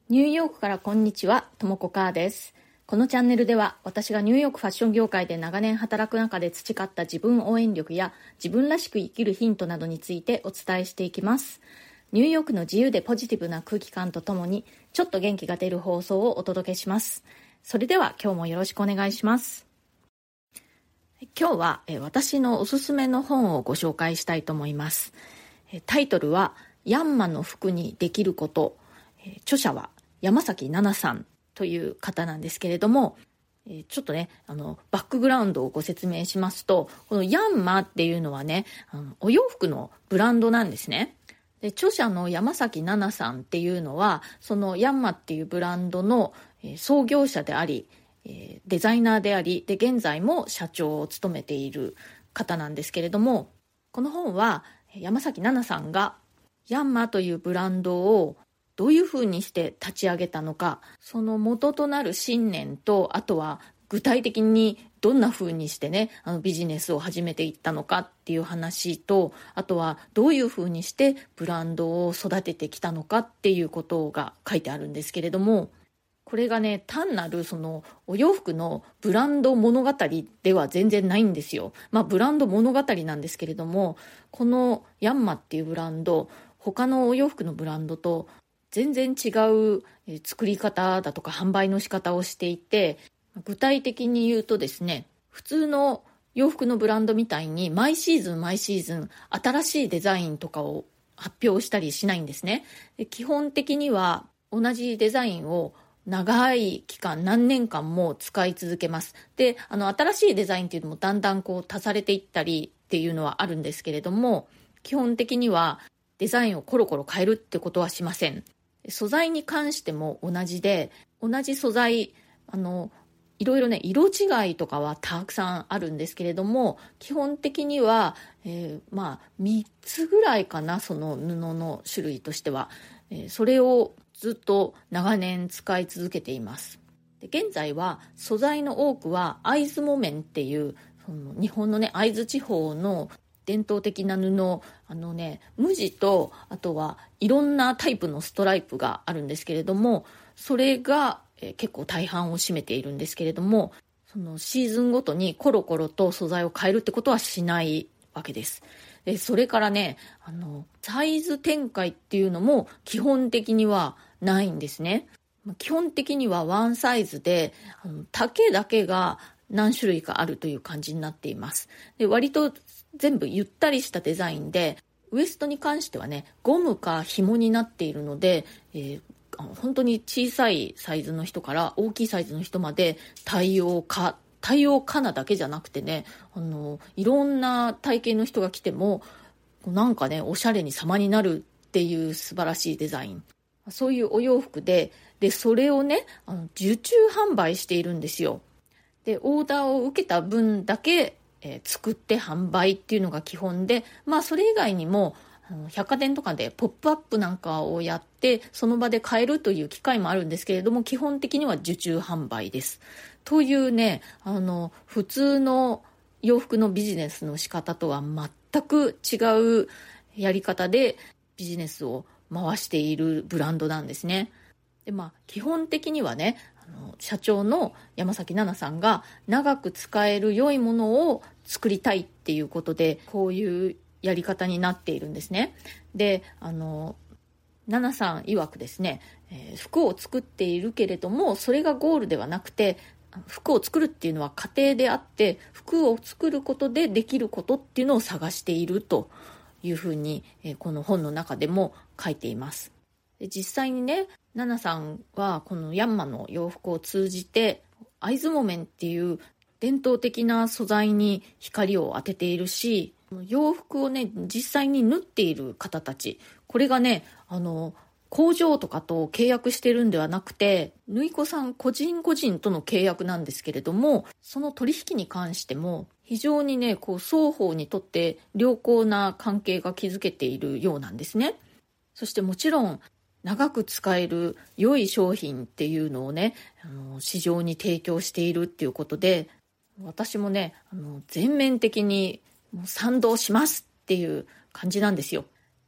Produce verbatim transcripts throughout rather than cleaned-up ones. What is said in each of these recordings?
ニューヨークからこんにちは、ともこかーです。このチャンネルでは私がニューヨークファッション業界で長年働く中で培った自分応援力や自分らしく生きるヒントなどについてお伝えしていきます。ニューヨークの自由でポジティブな空気感とともにちょっと元気が出る放送をお届けします。それでは今日もよろしくお願いします。今日は私のおすすめの本をご紹介したいと思います。タイトルはヤンマの服にできること。著者は山崎奈々さんという方なんですけれども、ちょっとねあのバックグラウンドをご説明しますと、このヤンマっていうのはねあのお洋服のブランドなんですね。で著者の山崎奈々さんっていうのはそのヤンマっていうブランドの創業者でありデザイナーでありで現在も社長を務めている方なんですけれども、この本は山崎奈々さんがヤンマというブランドをどういうふうにして立ち上げたのか、その元となる信念と、あとは具体的にどんなふうにしてねあのビジネスを始めていったのかっていう話と、あとはどういうふうにしてブランドを育ててきたのかっていうことが書いてあるんですけれども、これがね単なるそのお洋服のブランド物語では全然ないんですよ。まあブランド物語なんですけれども、このヤンマっていうブランド他のお洋服のブランドと全然違う作り方だとか販売の仕方をしていて、具体的に言うとですね、普通の洋服のブランドみたいに毎シーズン毎シーズン新しいデザインとかを発表したりしないんですね。で基本的には同じデザインを長い期間何年間も使い続けます。であの新しいデザインっていうのもだんだんこう足されていったりっていうのはあるんですけれども、基本的にはデザインをコロコロ変えるってことはしません。素材に関しても同じで、同じ素材あのいろいろね色違いとかはたくさんあるんですけれども、基本的には、えー、まあみっつぐらいかな、その布の種類としては、えー、それをずっと長年使い続けています。で現在は素材の多くは会津木綿っていうその日本のね会津地方の伝統的な布、あのね無地とあとはいろんなタイプのストライプがあるんですけれども、それが、えー、結構大半を占めているんですけれども、そのシーズンごとにコロコロと素材を変えるってことはしないわけです。でそれからねあのサイズ展開っていうのも基本的にはないんですね。基本的にはワンサイズであの丈だけが何種類かあるという感じになっています。で割と全部ゆったりしたデザインで、ウエストに関してはねゴムか紐になっているので、えー、本当に小さいサイズの人から大きいサイズの人まで対応か対応かなだけじゃなくてね、あのいろんな体型の人が来てもなんかねおしゃれに様になるっていう素晴らしいデザイン、そういうお洋服で、でそれをねあの受注販売しているんですよ。でオーダーを受けた分だけえー、作って販売っていうのが基本で、まあそれ以外にもあの百貨店とかでポップアップなんかをやってその場で買えるという機会もあるんですけれども、基本的には受注販売です。というねあの普通の洋服のビジネスの仕方とは全く違うやり方でビジネスを回しているブランドなんですね。でまあ基本的にはね社長の山崎奈々さんが長く使える良いものを作りたいっていうことでこういうやり方になっているんですね。であの奈々さん曰くですね、えー、服を作っているけれどもそれがゴールではなくて、服を作るっていうのは過程であって服を作ることでできることっていうのを探しているというふうに、えー、この本の中でも書いています。で実際にねナナさんはこのヤンマの洋服を通じて会津木綿っていう伝統的な素材に光を当てているし、洋服をね実際に縫っている方たち、これがねあの工場とかと契約してるんではなくて縫い子さん個人個人との契約なんですけれども、その取引に関しても非常にねこう双方にとって良好な関係が築けているようなんですね。そしてもちろん長く使える良い商品っていうのをねあの市場に提供しているっていうことで、私もねあの全面的にもう賛同しますっていう感じなんですよ。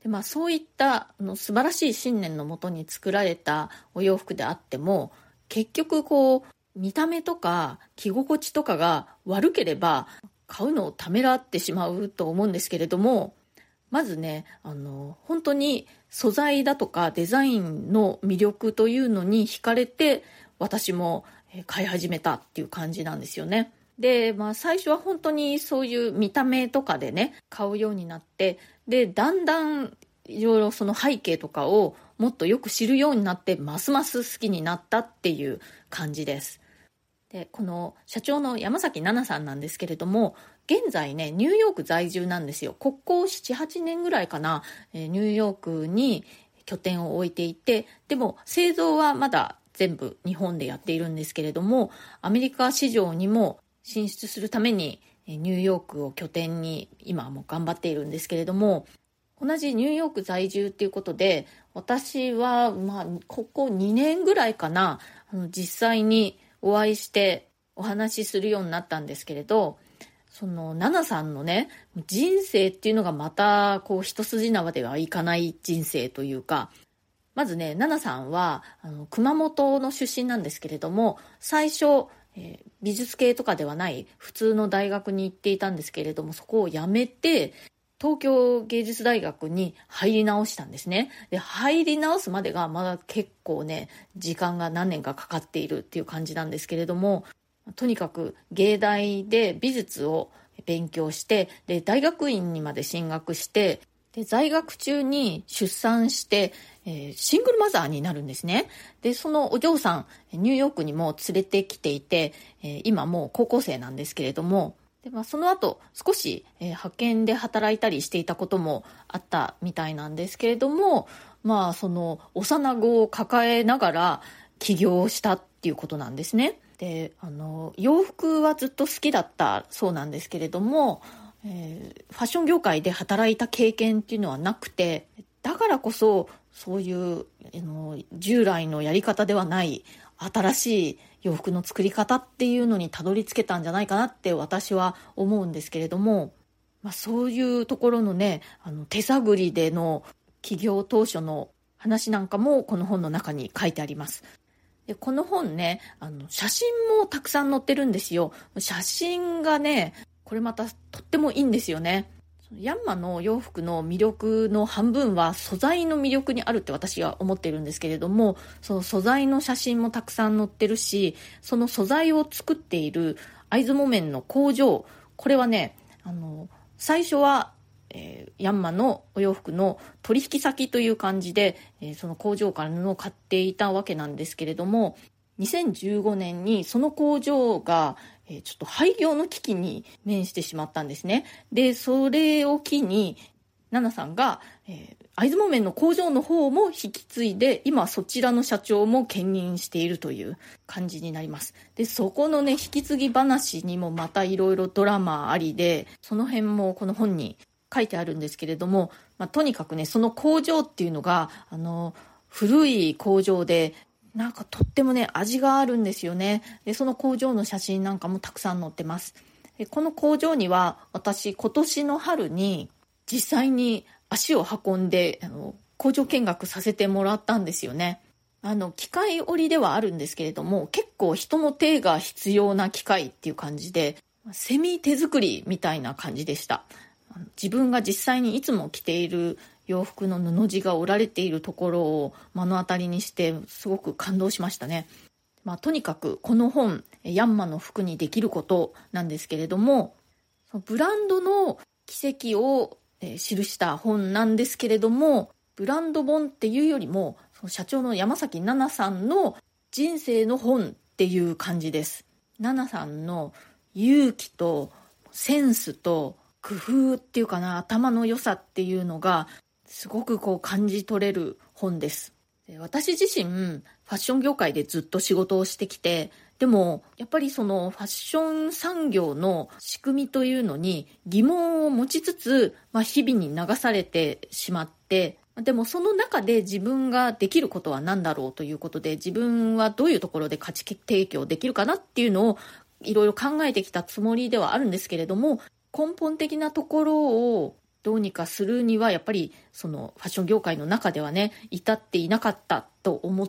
で、まあ、そういったあの素晴らしい信念のもとに作られたお洋服であっても、結局こう見た目とか着心地とかが悪ければ買うのをためらってしまうと思うんですけれども、まずね、あの本当に素材だとかデザインの魅力というのに惹かれて、私も買い始めたっていう感じなんですよね。で、まあ最初は本当にそういう見た目とかでね、買うようになって、で、だんだんいろいろその背景とかをもっとよく知るようになって、ますます好きになったっていう感じです。で、この社長の山崎奈々さんなんですけれども、現在ね、ニューヨーク在住なんですよ。ここなな、はちねんぐらいかな、えーニューヨークに拠点を置いていて、でも製造はまだ全部日本でやっているんですけれども、アメリカ市場にも進出するためにニューヨークを拠点に今はもう頑張っているんですけれども、同じニューヨーク在住っていうことで、私はまあここにねんぐらいかな、あの実際にお会いしてお話しするようになったんですけれど、そのナナさんのね人生っていうのがまたこう一筋縄ではいかない人生というか、まずね、ナナさんはあの熊本の出身なんですけれども、最初、えー美術系とかではない普通の大学に行っていたんですけれども、そこを辞めて東京芸術大学に入り直したんですね。で、入り直すまでがまだ結構ね、時間が何年かかかっているっていう感じなんですけれども、とにかく芸大で美術を勉強して、で、大学院にまで進学して、で、在学中に出産して、えーシングルマザーになるんですね。で、そのお嬢さん、ニューヨークにも連れてきていて、えー今もう高校生なんですけれども、で、まあ、その後少し、えー派遣で働いたりしていたこともあったみたいなんですけれども、まあその幼子を抱えながら起業したっていうことなんですね。で、あの洋服はずっと好きだったそうなんですけれども、えーファッション業界で働いた経験っていうのはなくて、だからこそそういうあの従来のやり方ではない新しい洋服の作り方っていうのにたどり着けたんじゃないかなって私は思うんですけれども、まあ、そういうところのね、あの手探りでの起業当初の話なんかもこの本の中に書いてあります。で、この本ね、あの写真もたくさん載ってるんですよ。写真がね、これまたとってもいいんですよね。ヤンマの洋服の魅力の半分は素材の魅力にあるって私は思ってるんですけれども、その素材の写真もたくさん載ってるし、その素材を作っている会津木綿の工場、これはね、あの最初は、えーヤンマのお洋服の取引先という感じで、えーその工場から布を買っていたわけなんですけれども、にせんじゅうごねんにその工場がえーちょっと廃業の危機に面してしまったんですね。で、それを機にナナさんが、えー、会津木綿の工場の方も引き継いで、今そちらの社長も兼任しているという感じになります。で、そこのね引き継ぎ話にもまたいろいろドラマありで、その辺もこの本に書いてあるんですけれども、まあ、とにかくね、その工場っていうのがあの古い工場で、なんかとってもね味があるんですよね。で、その工場の写真なんかもたくさん載ってます。で、この工場には私今年の春に実際に足を運んであの工場見学させてもらったんですよね。あの機械織りではあるんですけれども、結構人の手が必要な機械っていう感じで、セミ手作りみたいな感じでした。自分が実際にいつも着ている洋服の布地が織られているところを目の当たりにしてすごく感動しましたね。まあ、とにかくこの本ヤンマの服にできることなんですけれども、ブランドの軌跡を記した本なんですけれども、ブランド本っていうよりも社長の山崎奈々さんの人生の本っていう感じです。奈々さんの勇気とセンスと工夫っていうかな、頭の良さっていうのがすごくこう感じ取れる本です。で、私自身ファッション業界でずっと仕事をしてきて、でもやっぱりそのファッション産業の仕組みというのに疑問を持ちつつ、まあ、日々に流されてしまって、でもその中で自分ができることは何だろうということで、自分はどういうところで価値提供できるかなっていうのをいろいろ考えてきたつもりではあるんですけれども、根本的なところをどうにかするにはやっぱりそのファッション業界の中ではね至っていなかったと思って、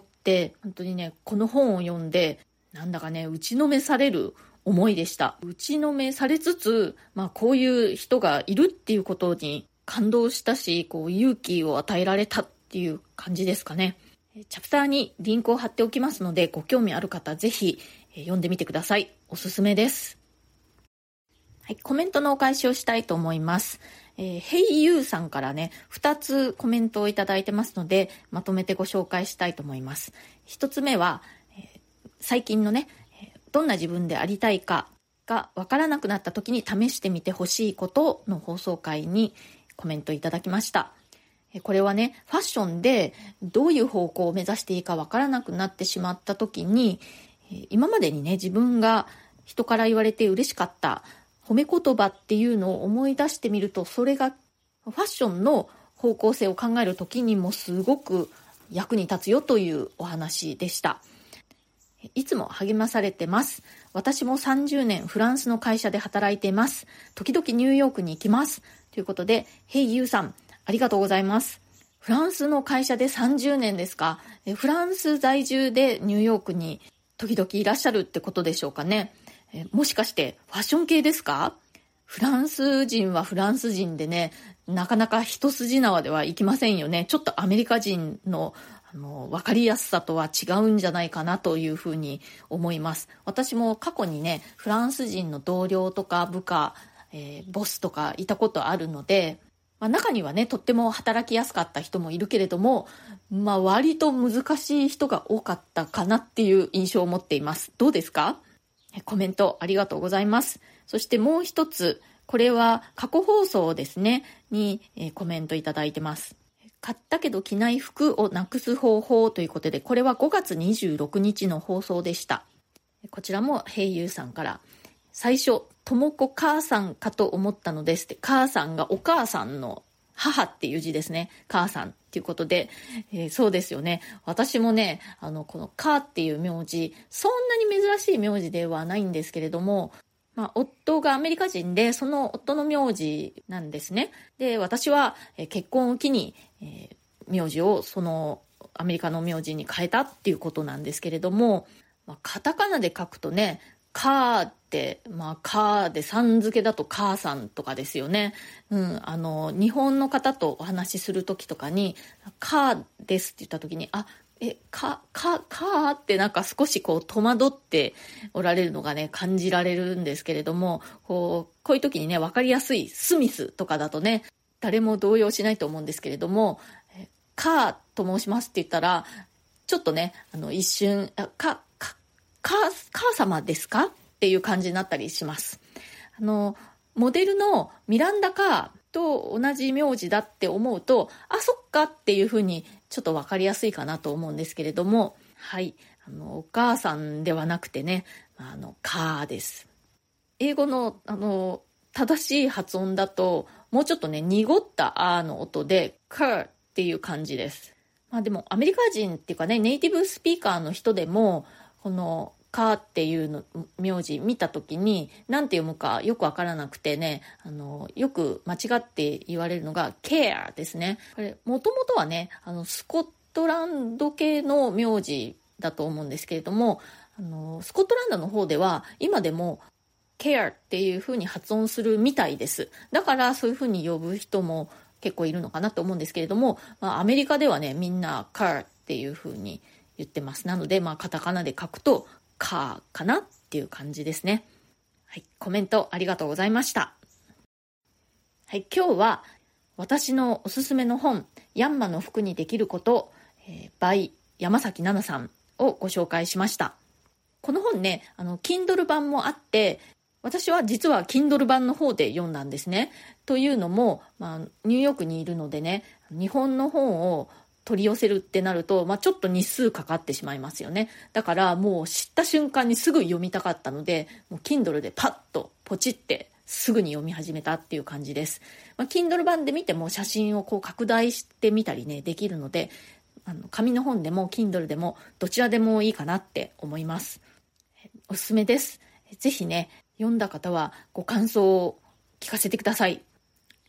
本当にねこの本を読んでなんだかね打ちのめされる思いでした。打ちのめされつつ、まあ、こういう人がいるっていうことに感動したし、こう勇気を与えられたっていう感じですかね。チャプターにリンクを貼っておきますので、ご興味ある方ぜひ読んでみてください。おすすめです。はい、コメントのお返しをしたいと思います。えー、ヘイユーさんからね、ふたつコメントをいただいてますので、まとめてご紹介したいと思います。ひとつめは、えー、最近のね、どんな自分でありたいかがわからなくなった時に試してみてほしいことの放送回にコメントいただきました。これはね、ファッションでどういう方向を目指していいかわからなくなってしまった時に、今までにね、自分が人から言われて嬉しかった褒め言葉っていうのを思い出してみると、それがファッションの方向性を考える時にもすごく役に立つよというお話でした。いつも励まされてます。私もさんじゅうねんフランスの会社で働いています。時々ニューヨークに行きます。ということで、ヘイユーさん、ありがとうございます。フランスの会社でさんじゅうねんですか。フランス在住でニューヨークに時々いらっしゃるってことでしょうかね。もしかしてファッション系ですか？フランス人はフランス人でね、なかなか一筋縄ではいきませんよね。ちょっとアメリカ人のあの分かりやすさとは違うんじゃないかなというふうに思います。私も過去にね、フランス人の同僚とか部下、えー、ボスとかいたことあるので、まあ、中にはね、とっても働きやすかった人もいるけれども、まあ、割と難しい人が多かったかなっていう印象を持っています。どうですか？コメントありがとうございます。そしてもう一つ、これは過去放送ですね、にコメントいただいてます。買ったけど着ない服をなくす方法ということで、これはごがつにじゅうろくにちの放送でした。こちらもヘイユーさんから、最初、ともこ母さんかと思ったのですって、母さんがお母さんの母っていう字ですね。母さんっていうことで、えー、そうですよね。私もね、あの、この母っていう名字、そんなに珍しい名字ではないんですけれども、まあ、夫がアメリカ人で、その夫の名字なんですね。で、私は結婚を機に、えー、名字をそのアメリカの名字に変えたっていうことなんですけれども、まあ、カタカナで書くとね、カーって、まあ、カーでさん付けだと母さんとかですよね。うん、あの、日本の方とお話しするときとかに、カーですって言ったときに、あ、え、か、か、かってなんか少しこう戸惑っておられるのがね、感じられるんですけれども、こう、こういう時にね、わかりやすいスミスとかだとね、誰も動揺しないと思うんですけれども、かと申しますって言ったら、ちょっとね、あの、一瞬、あか、か、か、母様ですかっていう感じになったりします。あの、モデルのミランダ・カーと同じ名字だって思うと、あ、そっかっていうふうにちょっとわかりやすいかなと思うんですけれども、はい、あの、お母さんではなくてね、あの、カーです。英語の、あの、正しい発音だと、もうちょっとね、濁ったあの音で、カーっていう感じです。まあでも、アメリカ人っていうかね、ネイティブスピーカーの人でも、この、カーっていうの名字見たときに何て読むかよくわからなくてね、あのよく間違って言われるのがケアですね。これもともとはね、あのスコットランド系の名字だと思うんですけれども、あのスコットランドの方では今でもケアっていう風に発音するみたいです。だからそういう風に呼ぶ人も結構いるのかなと思うんですけれども、まあ、アメリカではね、みんなカーっていう風に言ってます。なので、まあ、カタカナで書くとカーかなっていう感じですね。はい、コメントありがとうございました。はい、今日は私のおすすめの本、ヤンマの服にできること、えー、by 山崎奈々さんをご紹介しました。この本ね、あの Kindle 版もあって、私は実は Kindle 版の方で読んだんですね。というのも、まあ、ニューヨークにいるのでね、日本の本を取り寄せるってなると、まあ、ちょっと日数かかってしまいますよね。だからもう知った瞬間にすぐ読みたかったので、もう Kindle でパッとポチってすぐに読み始めたっていう感じです。まあ、Kindle 版で見ても写真をこう拡大してみたりね、できるので、あの紙の本でも Kindle でもどちらでもいいかなって思います。おすすめです。ぜひね、読んだ方はご感想を聞かせてください。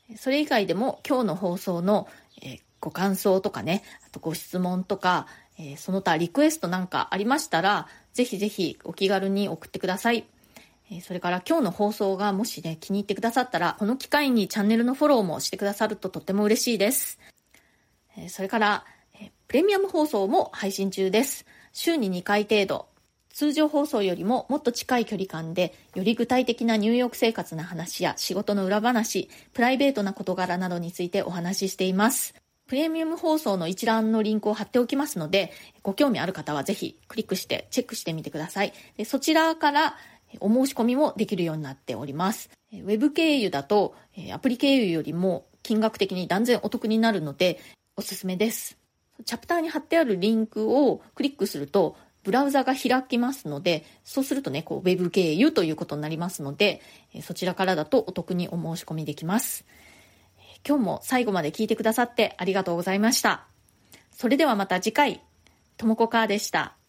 それ以外でも今日の放送の、えー、ご感想とかね、あとご質問とか、えー、その他リクエストなんかありましたら、ぜひぜひお気軽に送ってください。えー、それから今日の放送がもしね、気に入ってくださったら、この機会にチャンネルのフォローもしてくださるととっても嬉しいです。えー、それから、えー、プレミアム放送も配信中です。週ににかい程度。通常放送よりももっと近い距離感で、より具体的な入浴生活の話や仕事の裏話、プライベートな事柄などについてお話ししています。プレミアム放送の一覧のリンクを貼っておきますので、ご興味ある方はぜひクリックしてチェックしてみてください。で、そちらからお申し込みもできるようになっております。ウェブ経由だとアプリ経由よりも金額的に断然お得になるのでおすすめです。チャプターに貼ってあるリンクをクリックするとブラウザが開きますので、そうするとね、こうウェブ経由ということになりますので、そちらからだとお得にお申し込みできます。今日も最後まで聞いてくださってありがとうございました。それではまた次回、ともこかーでした。